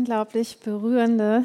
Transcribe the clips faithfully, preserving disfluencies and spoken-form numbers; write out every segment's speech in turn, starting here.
unglaublich berührende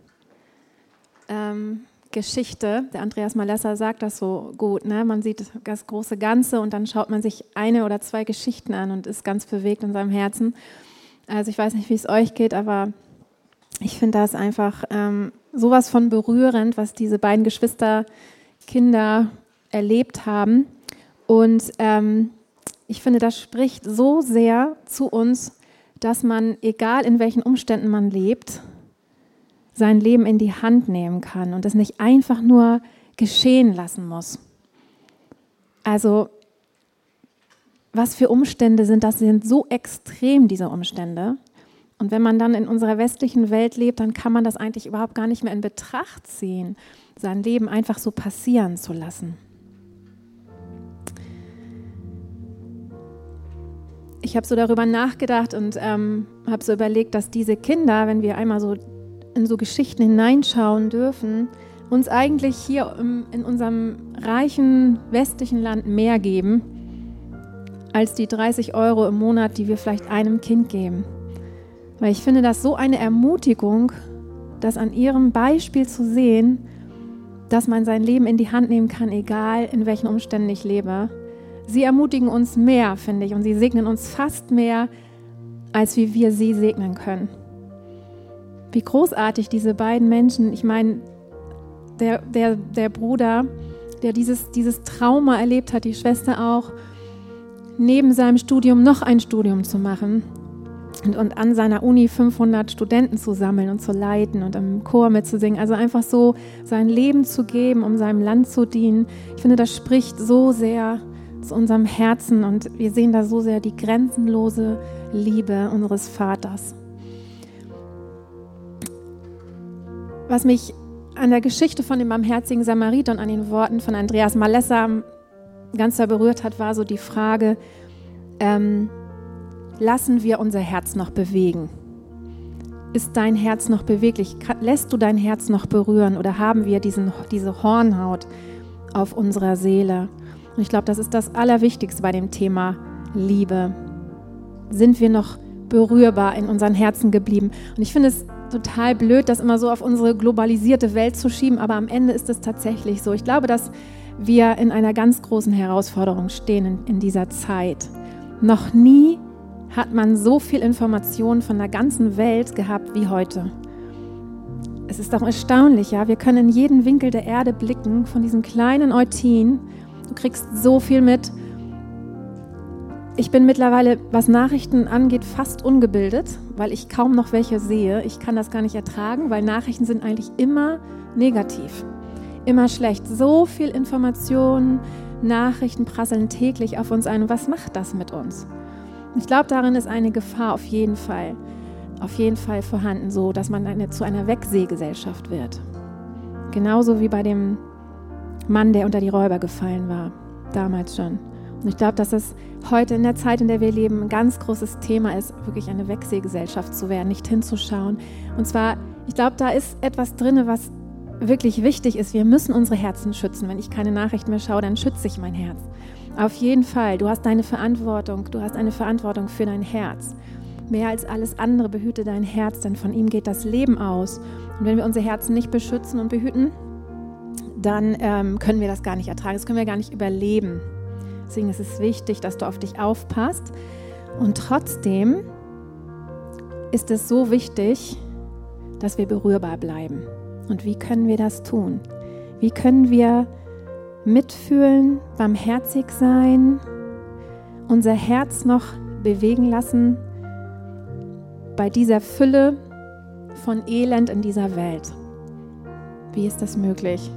ähm, Geschichte. Der Andreas Malessa sagt das so gut, ne? Man sieht das große Ganze und dann schaut man sich eine oder zwei Geschichten an und ist ganz bewegt in seinem Herzen. Also ich weiß nicht, wie es euch geht, aber ich finde das einfach ähm, sowas von berührend, was diese beiden Geschwisterkinder erlebt haben. Und ähm, ich finde, das spricht so sehr zu uns, dass man, egal in welchen Umständen man lebt, sein Leben in die Hand nehmen kann und es nicht einfach nur geschehen lassen muss. Also, was für Umstände sind das? Sind so extrem, diese Umstände. Und wenn man dann in unserer westlichen Welt lebt, dann kann man das eigentlich überhaupt gar nicht mehr in Betracht ziehen, sein Leben einfach so passieren zu lassen. Ich habe so darüber nachgedacht und ähm, habe so überlegt, dass diese Kinder, wenn wir einmal so in so Geschichten hineinschauen dürfen, uns eigentlich hier im, in unserem reichen westlichen Land mehr geben, als die dreißig Euro im Monat, die wir vielleicht einem Kind geben. Weil ich finde das so eine Ermutigung, das an ihrem Beispiel zu sehen, dass man sein Leben in die Hand nehmen kann, egal in welchen Umständen ich lebe. Sie ermutigen uns mehr, finde ich, und sie segnen uns fast mehr, als wie wir sie segnen können. Wie großartig diese beiden Menschen, ich meine, der, der, der Bruder, der dieses, dieses Trauma erlebt hat, die Schwester auch, neben seinem Studium noch ein Studium zu machen und, und an seiner Uni fünfhundert Studenten zu sammeln und zu leiten und im Chor mitzusingen. Also einfach so sein Leben zu geben, um seinem Land zu dienen. Ich finde, das spricht so sehr zu unserem Herzen und wir sehen da so sehr die grenzenlose Liebe unseres Vaters. Was mich an der Geschichte von dem barmherzigen Samariter und an den Worten von Andreas Malessa ganz sehr berührt hat, war so die Frage, ähm, lassen wir unser Herz noch bewegen? Ist dein Herz noch beweglich? Lässt du dein Herz noch berühren oder haben wir diesen, diese Hornhaut auf unserer Seele? Und ich glaube, das ist das Allerwichtigste bei dem Thema Liebe. Sind wir noch berührbar in unseren Herzen geblieben? Und ich finde es total blöd, das immer so auf unsere globalisierte Welt zu schieben, aber am Ende ist es tatsächlich so. Ich glaube, dass wir in einer ganz großen Herausforderung stehen in, in dieser Zeit. Noch nie hat man so viel Information von der ganzen Welt gehabt wie heute. Es ist doch erstaunlich, ja. Wir können in jeden Winkel der Erde blicken, von diesem kleinen Eutin. Du kriegst so viel mit. Ich bin mittlerweile, was Nachrichten angeht, fast ungebildet, weil ich kaum noch welche sehe. Ich kann das gar nicht ertragen, weil Nachrichten sind eigentlich immer negativ, immer schlecht. So viel Information, Nachrichten prasseln täglich auf uns ein. Und was macht das mit uns? Ich glaube, darin ist eine Gefahr auf jeden Fall, auf jeden Fall vorhanden, so dass man eine, zu einer Wegsehgesellschaft wird. Genauso wie bei dem Mann, der unter die Räuber gefallen war, damals schon. Und ich glaube, dass es heute in der Zeit, in der wir leben, ein ganz großes Thema ist, wirklich eine Wegsehgesellschaft zu werden, nicht hinzuschauen. Und zwar, ich glaube, da ist etwas drin, was wirklich wichtig ist. Wir müssen unsere Herzen schützen. Wenn ich keine Nachrichten mehr schaue, dann schütze ich mein Herz. Auf jeden Fall, du hast deine Verantwortung, du hast eine Verantwortung für dein Herz. Mehr als alles andere behüte dein Herz, denn von ihm geht das Leben aus. Und wenn wir unsere Herzen nicht beschützen und behüten, dann ähm, können wir das gar nicht ertragen, das können wir gar nicht überleben. Deswegen ist es wichtig, dass du auf dich aufpasst. Und trotzdem ist es so wichtig, dass wir berührbar bleiben. Und wie können wir das tun? Wie können wir mitfühlen, barmherzig sein, unser Herz noch bewegen lassen bei dieser Fülle von Elend in dieser Welt? Wie ist das möglich?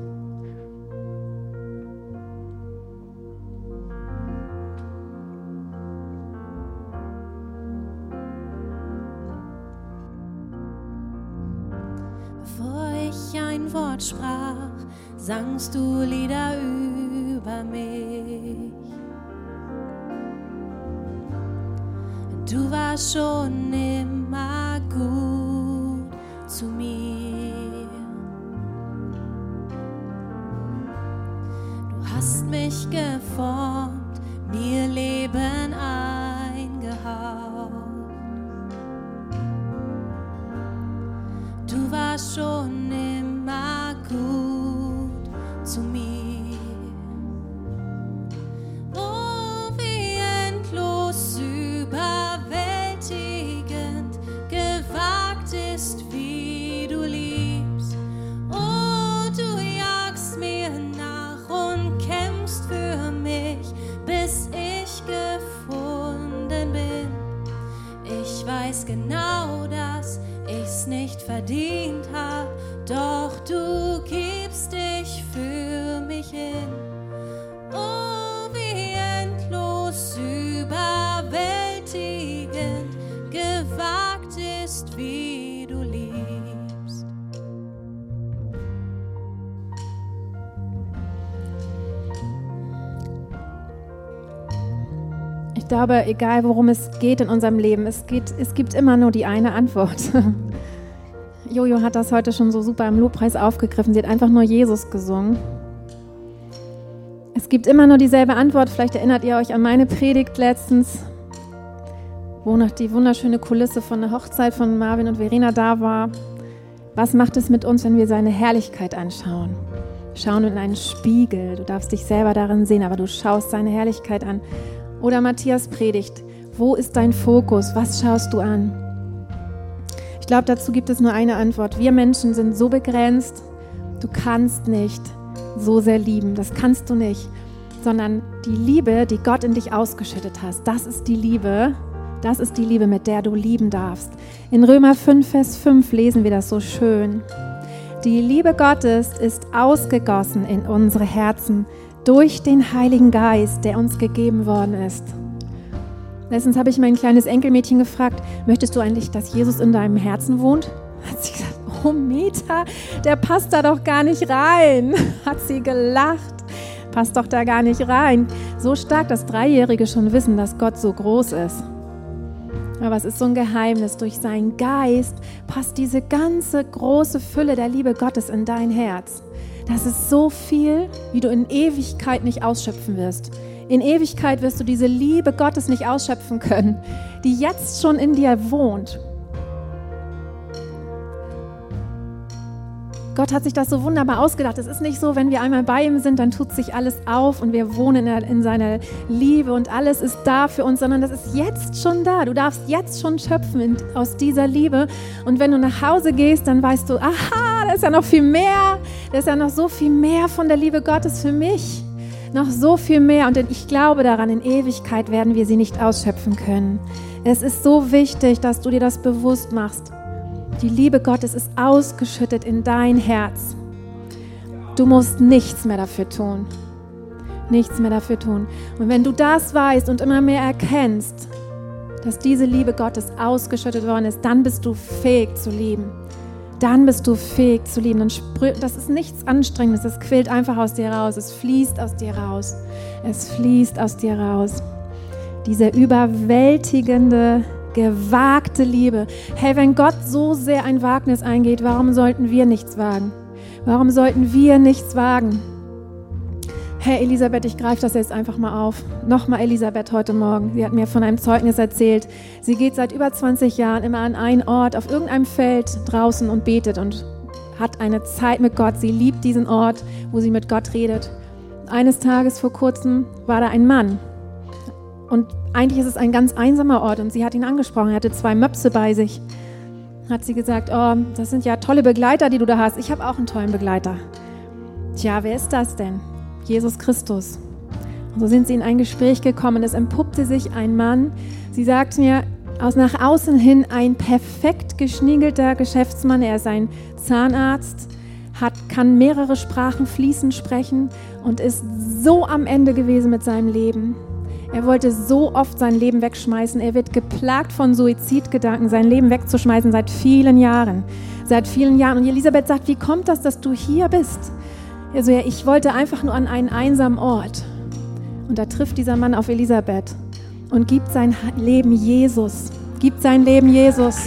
Bevor ich ein Wort sprach, sangst du Lieder über mich. Du warst schon immer gut zu mir. Du hast mich geformt, mir Leben eingehaucht. du warst schon immer gut zu mir. Oh, wie endlos überwältigend gewagt ist, wie du liebst. Oh, du jagst mir nach und kämpfst für mich, bis ich gefunden bin. Ich weiß genau, dass ich's nicht verdient hab, doch du gibst dich für mich hin. Oh, wie endlos überwältigend gewagt ist, wie du liebst. Ich glaube, egal worum es geht in unserem Leben, es, geht, es gibt immer nur die eine Antwort. Jojo hat das heute schon so super im Lobpreis aufgegriffen. Sie hat einfach nur Jesus gesungen. Es gibt immer nur dieselbe Antwort. Vielleicht erinnert ihr euch an meine Predigt letztens, wo noch die wunderschöne Kulisse von der Hochzeit von Marvin und Verena da war. Was macht es mit uns, wenn wir seine Herrlichkeit anschauen? Schauen in einen Spiegel. Du darfst dich selber darin sehen, aber du schaust seine Herrlichkeit an. Oder Matthias Predigt. Wo ist dein Fokus? Was schaust du an? Ich glaube, dazu gibt es nur eine Antwort. Wir Menschen sind so begrenzt. Du kannst nicht so sehr lieben. Das kannst du nicht. Sondern die Liebe, die Gott in dich ausgeschüttet hat, das ist die Liebe, das ist die Liebe, mit der du lieben darfst. In Römer fünf, Vers fünf lesen wir das so schön. Die Liebe Gottes ist ausgegossen in unsere Herzen durch den Heiligen Geist, der uns gegeben worden ist. Letztens habe ich mein kleines Enkelmädchen gefragt, möchtest du eigentlich, dass Jesus in deinem Herzen wohnt? Hat sie gesagt, oh Meta, der passt da doch gar nicht rein. Hat sie gelacht, passt doch da gar nicht rein. So stark, dass Dreijährige schon wissen, dass Gott so groß ist. Aber es ist so ein Geheimnis, durch seinen Geist passt diese ganze große Fülle der Liebe Gottes in dein Herz. Das ist so viel, wie du in Ewigkeit nicht ausschöpfen wirst. In Ewigkeit wirst du diese Liebe Gottes nicht ausschöpfen können, die jetzt schon in dir wohnt. Gott hat sich das so wunderbar ausgedacht. Es ist nicht so, wenn wir einmal bei ihm sind, dann tut sich alles auf und wir wohnen in, in seiner Liebe und alles ist da für uns, sondern das ist jetzt schon da. Du darfst jetzt schon schöpfen in, aus dieser Liebe. Und wenn du nach Hause gehst, dann weißt du, aha, da ist ja noch viel mehr. Da ist ja noch so viel mehr von der Liebe Gottes für mich. Noch so viel mehr. Und ich glaube daran, in Ewigkeit werden wir sie nicht ausschöpfen können. Es ist so wichtig, dass du dir das bewusst machst. Die Liebe Gottes ist ausgeschüttet in dein Herz. Du musst nichts mehr dafür tun. Nichts mehr dafür tun. Und wenn du das weißt und immer mehr erkennst, dass diese Liebe Gottes ausgeschüttet worden ist, dann bist du fähig zu lieben. Dann bist du fähig zu lieben. Dann sprü- das ist nichts Anstrengendes. Das quillt einfach aus dir raus. Es fließt aus dir raus. Es fließt aus dir raus. Diese überwältigende, gewagte Liebe. Hey, wenn Gott so sehr ein Wagnis eingeht, warum sollten wir nichts wagen? Warum sollten wir nichts wagen? Hey, Elisabeth, ich greife das jetzt einfach mal auf. Nochmal Elisabeth heute Morgen. Sie hat mir von einem Zeugnis erzählt. Sie geht seit über zwanzig Jahren immer an einen Ort, auf irgendeinem Feld draußen und betet und hat eine Zeit mit Gott. Sie liebt diesen Ort, wo sie mit Gott redet. Eines Tages vor kurzem war da ein Mann. Und eigentlich ist es ein ganz einsamer Ort und sie hat ihn angesprochen. Er hatte zwei Möpse bei sich. Hat sie gesagt, oh, das sind ja tolle Begleiter, die du da hast. Ich habe auch einen tollen Begleiter. Tja, wer ist das denn? Jesus Christus. Und so sind sie in ein Gespräch gekommen. Es empuppte sich ein Mann. Sie sagt mir, aus nach außen hin ein perfekt geschniegelter Geschäftsmann. Er ist ein Zahnarzt, hat, kann mehrere Sprachen fließend sprechen und ist so am Ende gewesen mit seinem Leben. Er wollte so oft sein Leben wegschmeißen. Er wird geplagt von Suizidgedanken, sein Leben wegzuschmeißen seit vielen Jahren. Seit vielen Jahren. Und Elisabeth sagt, wie kommt das, dass du hier bist? Also ja, ich wollte einfach nur an einen einsamen Ort. Und da trifft dieser Mann auf Elisabeth und gibt sein Leben Jesus. Gibt sein Leben Jesus.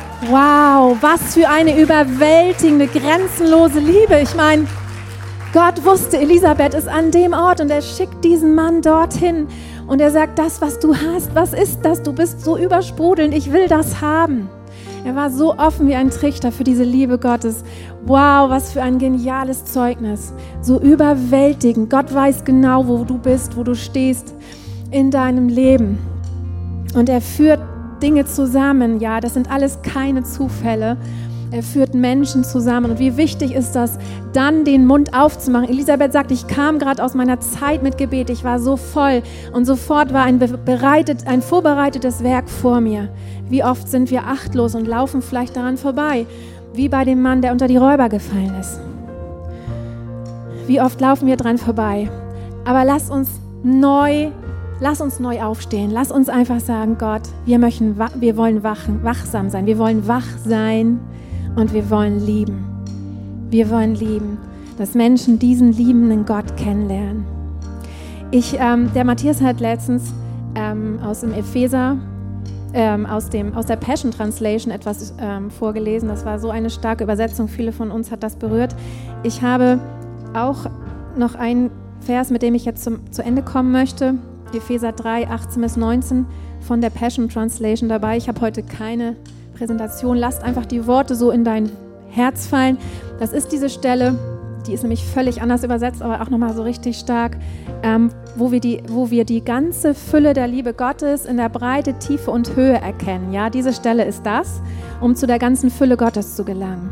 Wow, was für eine überwältigende, grenzenlose Liebe. Ich meine, Gott wusste, Elisabeth ist an dem Ort und er schickt diesen Mann dorthin. Und er sagt, das, was du hast, was ist das? Du bist so übersprudelnd, ich will das haben. Er war so offen wie ein Trichter für diese Liebe Gottes. Wow, was für ein geniales Zeugnis. So überwältigend. Gott weiß genau, wo du bist, wo du stehst in deinem Leben. Und er führt Dinge zusammen. Ja, das sind alles keine Zufälle. Er führt Menschen zusammen. Und wie wichtig ist das, dann den Mund aufzumachen. Elisabeth sagt, ich kam gerade aus meiner Zeit mit Gebet. Ich war so voll. Und sofort war ein, bereitet, ein vorbereitetes Werk vor mir. Wie oft sind wir achtlos und laufen vielleicht daran vorbei. Wie bei dem Mann, der unter die Räuber gefallen ist. Wie oft laufen wir dran vorbei. Aber lass uns neu, lass uns neu aufstehen. Lass uns einfach sagen, Gott, wir möchten, wir wollen wachen, wachsam sein. Wir wollen wach sein. Und wir wollen lieben. Wir wollen lieben, dass Menschen diesen liebenden Gott kennenlernen. Ich, ähm, der Matthias hat letztens ähm, aus dem Epheser, ähm, aus, dem, aus der Passion Translation etwas ähm, vorgelesen. Das war so eine starke Übersetzung. Viele von uns hat das berührt. Ich habe auch noch einen Vers, mit dem ich jetzt zum, zu Ende kommen möchte. Epheser drei, achtzehn bis neunzehn von der Passion Translation dabei. Ich habe heute keine Präsentation. Lasst einfach die Worte so in dein Herz fallen. Das ist diese Stelle, die ist nämlich völlig anders übersetzt, aber auch nochmal so richtig stark, ähm, wo wir die, wo wir die ganze Fülle der Liebe Gottes in der Breite, Tiefe und Höhe erkennen. Ja, diese Stelle ist das, um zu der ganzen Fülle Gottes zu gelangen.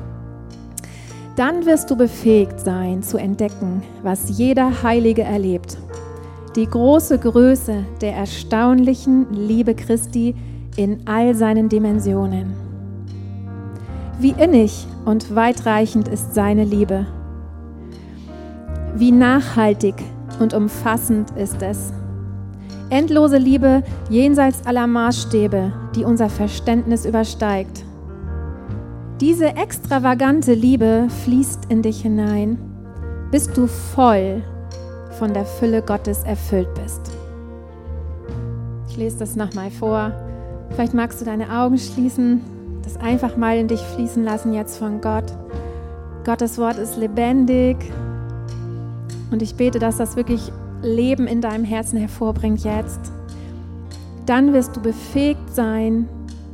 Dann wirst du befähigt sein, zu entdecken, was jeder Heilige erlebt. Die große Größe der erstaunlichen Liebe Christi in all seinen Dimensionen. Wie innig und weitreichend ist seine Liebe. Wie nachhaltig und umfassend ist es. Endlose Liebe jenseits aller Maßstäbe, die unser Verständnis übersteigt. Diese extravagante Liebe fließt in dich hinein, bis du voll von der Fülle Gottes erfüllt bist. Ich lese das nochmal vor. Vielleicht magst du deine Augen schließen, das einfach mal in dich fließen lassen jetzt von Gott. Gottes Wort ist lebendig und ich bete, dass das wirklich Leben in deinem Herzen hervorbringt jetzt. Dann wirst du befähigt sein,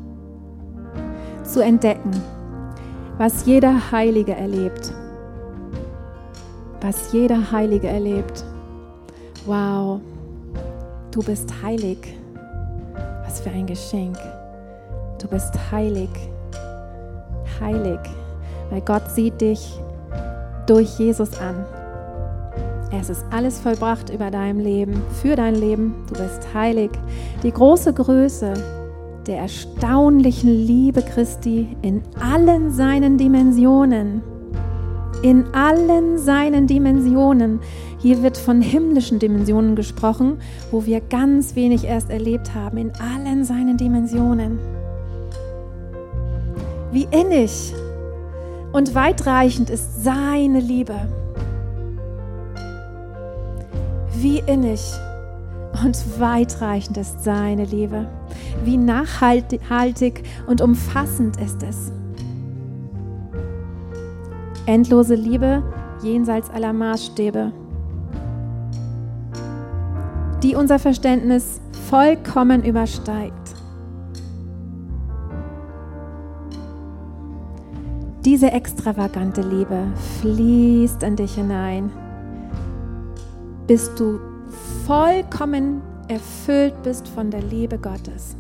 zu entdecken, was jeder Heilige erlebt. Was jeder Heilige erlebt. Wow, du bist heilig. Was für ein Geschenk. Du bist heilig. Heilig. Weil Gott sieht dich durch Jesus an. Es ist alles vollbracht über deinem Leben, für dein Leben. Du bist heilig. Die große Größe der erstaunlichen Liebe Christi in allen seinen Dimensionen. In allen seinen Dimensionen. Hier wird von himmlischen Dimensionen gesprochen, wo wir ganz wenig erst erlebt haben. In allen seinen Dimensionen. Wie innig und weitreichend ist seine Liebe. Wie innig und weitreichend ist seine Liebe. Wie nachhaltig und umfassend ist es. Endlose Liebe jenseits aller Maßstäbe, die unser Verständnis vollkommen übersteigt. Diese extravagante Liebe fließt in dich hinein, bis du vollkommen erfüllt bist von der Liebe Gottes.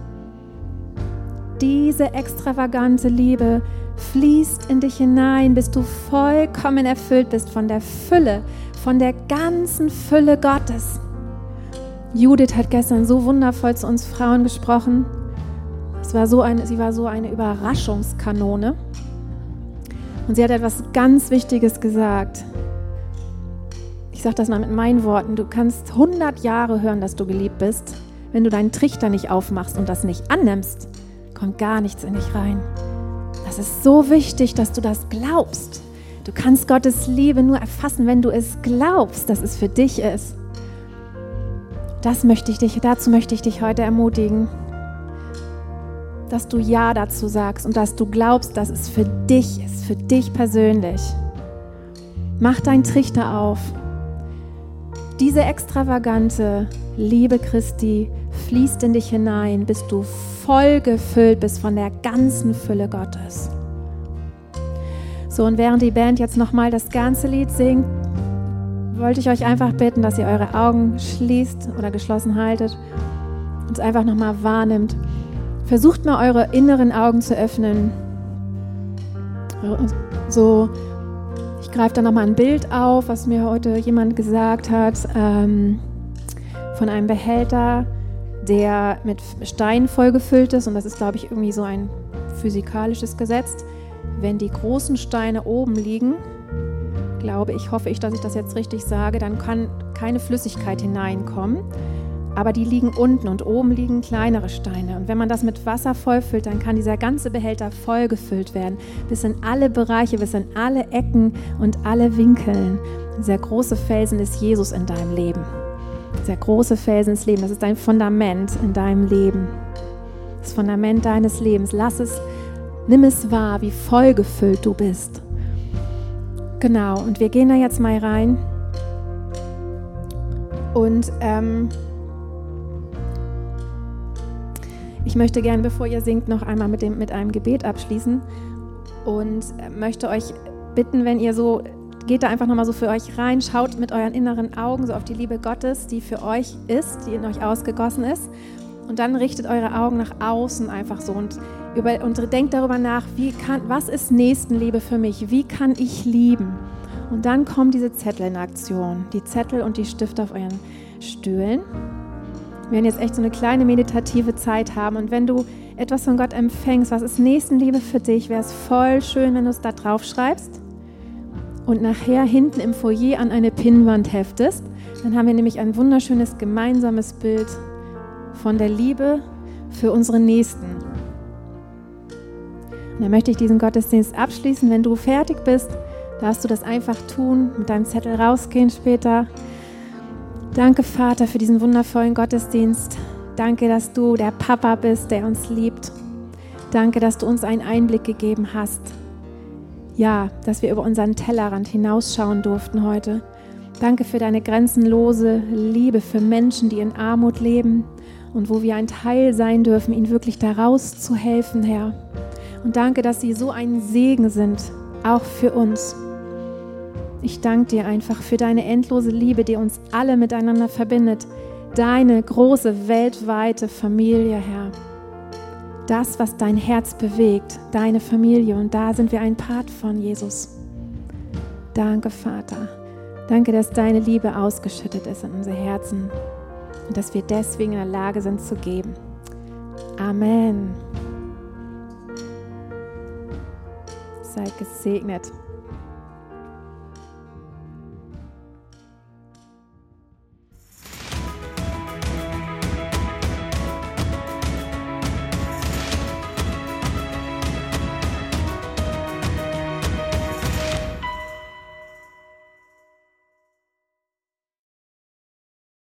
Diese extravagante Liebe fließt in dich hinein, bis du vollkommen erfüllt bist von der Fülle, von der ganzen Fülle Gottes. Judith hat gestern so wundervoll zu uns Frauen gesprochen. Es war so eine, sie war so eine Überraschungskanone. Und sie hat etwas ganz Wichtiges gesagt. Ich sage das mal mit meinen Worten. Du kannst hundert Jahre hören, dass du geliebt bist. Wenn du deinen Trichter nicht aufmachst und das nicht annimmst, kommt gar nichts in dich rein. Das ist so wichtig, dass du das glaubst. Du kannst Gottes Liebe nur erfassen, wenn du es glaubst, dass es für dich ist. Das möchte ich dich, dazu möchte ich dich heute ermutigen, dass du Ja dazu sagst und dass du glaubst, dass es für dich ist, für dich persönlich. Mach deinen Trichter auf. Diese extravagante Liebe Christi fließt in dich hinein, bis du voll gefüllt bist von der ganzen Fülle Gottes. So, und während die Band jetzt nochmal das ganze Lied singt, wollte ich euch einfach bitten, dass ihr eure Augen schließt oder geschlossen haltet und es einfach nochmal wahrnimmt. Versucht mal, eure inneren Augen zu öffnen. So, ich greife da nochmal ein Bild auf, was mir heute jemand gesagt hat, ähm, von einem Behälter, der mit Steinen vollgefüllt ist. Und das ist, glaube ich, irgendwie so ein physikalisches Gesetz. Wenn die großen Steine oben liegen, glaube ich, hoffe ich, dass ich das jetzt richtig sage, dann kann keine Flüssigkeit hineinkommen. Aber die liegen unten und oben liegen kleinere Steine. Und wenn man das mit Wasser vollfüllt, dann kann dieser ganze Behälter vollgefüllt werden, bis in alle Bereiche, bis in alle Ecken und alle Winkeln. Dieser große Felsen ist Jesus in deinem Leben. Dieser große Felsen ist Leben, das ist dein Fundament in deinem Leben. Das Fundament deines Lebens. Lass es, nimm es wahr, wie vollgefüllt du bist. Genau, und wir gehen da jetzt mal rein. Und ähm, ich möchte gerne, bevor ihr singt, noch einmal mit, dem, mit einem Gebet abschließen und möchte euch bitten, wenn ihr so, geht da einfach nochmal so für euch rein, schaut mit euren inneren Augen so auf die Liebe Gottes, die für euch ist, die in euch ausgegossen ist, und dann richtet eure Augen nach außen einfach so und, über, und denkt darüber nach, wie kann, was ist Nächstenliebe für mich, wie kann ich lieben? Und dann kommen diese Zettel in Aktion, die Zettel und die Stifte auf euren Stühlen. Wir werden jetzt echt so eine kleine meditative Zeit haben, und wenn du etwas von Gott empfängst, was ist Nächstenliebe für dich, wäre es voll schön, wenn du es da drauf schreibst und nachher hinten im Foyer an eine Pinnwand heftest. Dann haben wir nämlich ein wunderschönes gemeinsames Bild von der Liebe für unsere Nächsten. Und dann möchte ich diesen Gottesdienst abschließen. Wenn du fertig bist, darfst du das einfach tun, mit deinem Zettel rausgehen später. Danke, Vater, für diesen wundervollen Gottesdienst. Danke, dass du der Papa bist, der uns liebt. Danke, dass du uns einen Einblick gegeben hast. Ja, dass wir über unseren Tellerrand hinausschauen durften heute. Danke für deine grenzenlose Liebe für Menschen, die in Armut leben und wo wir ein Teil sein dürfen, ihnen wirklich daraus zu helfen, Herr. Und danke, dass sie so ein Segen sind, auch für uns. Ich danke dir einfach für deine endlose Liebe, die uns alle miteinander verbindet. Deine große weltweite Familie, Herr. Das, was dein Herz bewegt, deine Familie. Und da sind wir ein Part von, Jesus. Danke, Vater. Danke, dass deine Liebe ausgeschüttet ist in unsere Herzen und dass wir deswegen in der Lage sind zu geben. Amen. Seid gesegnet.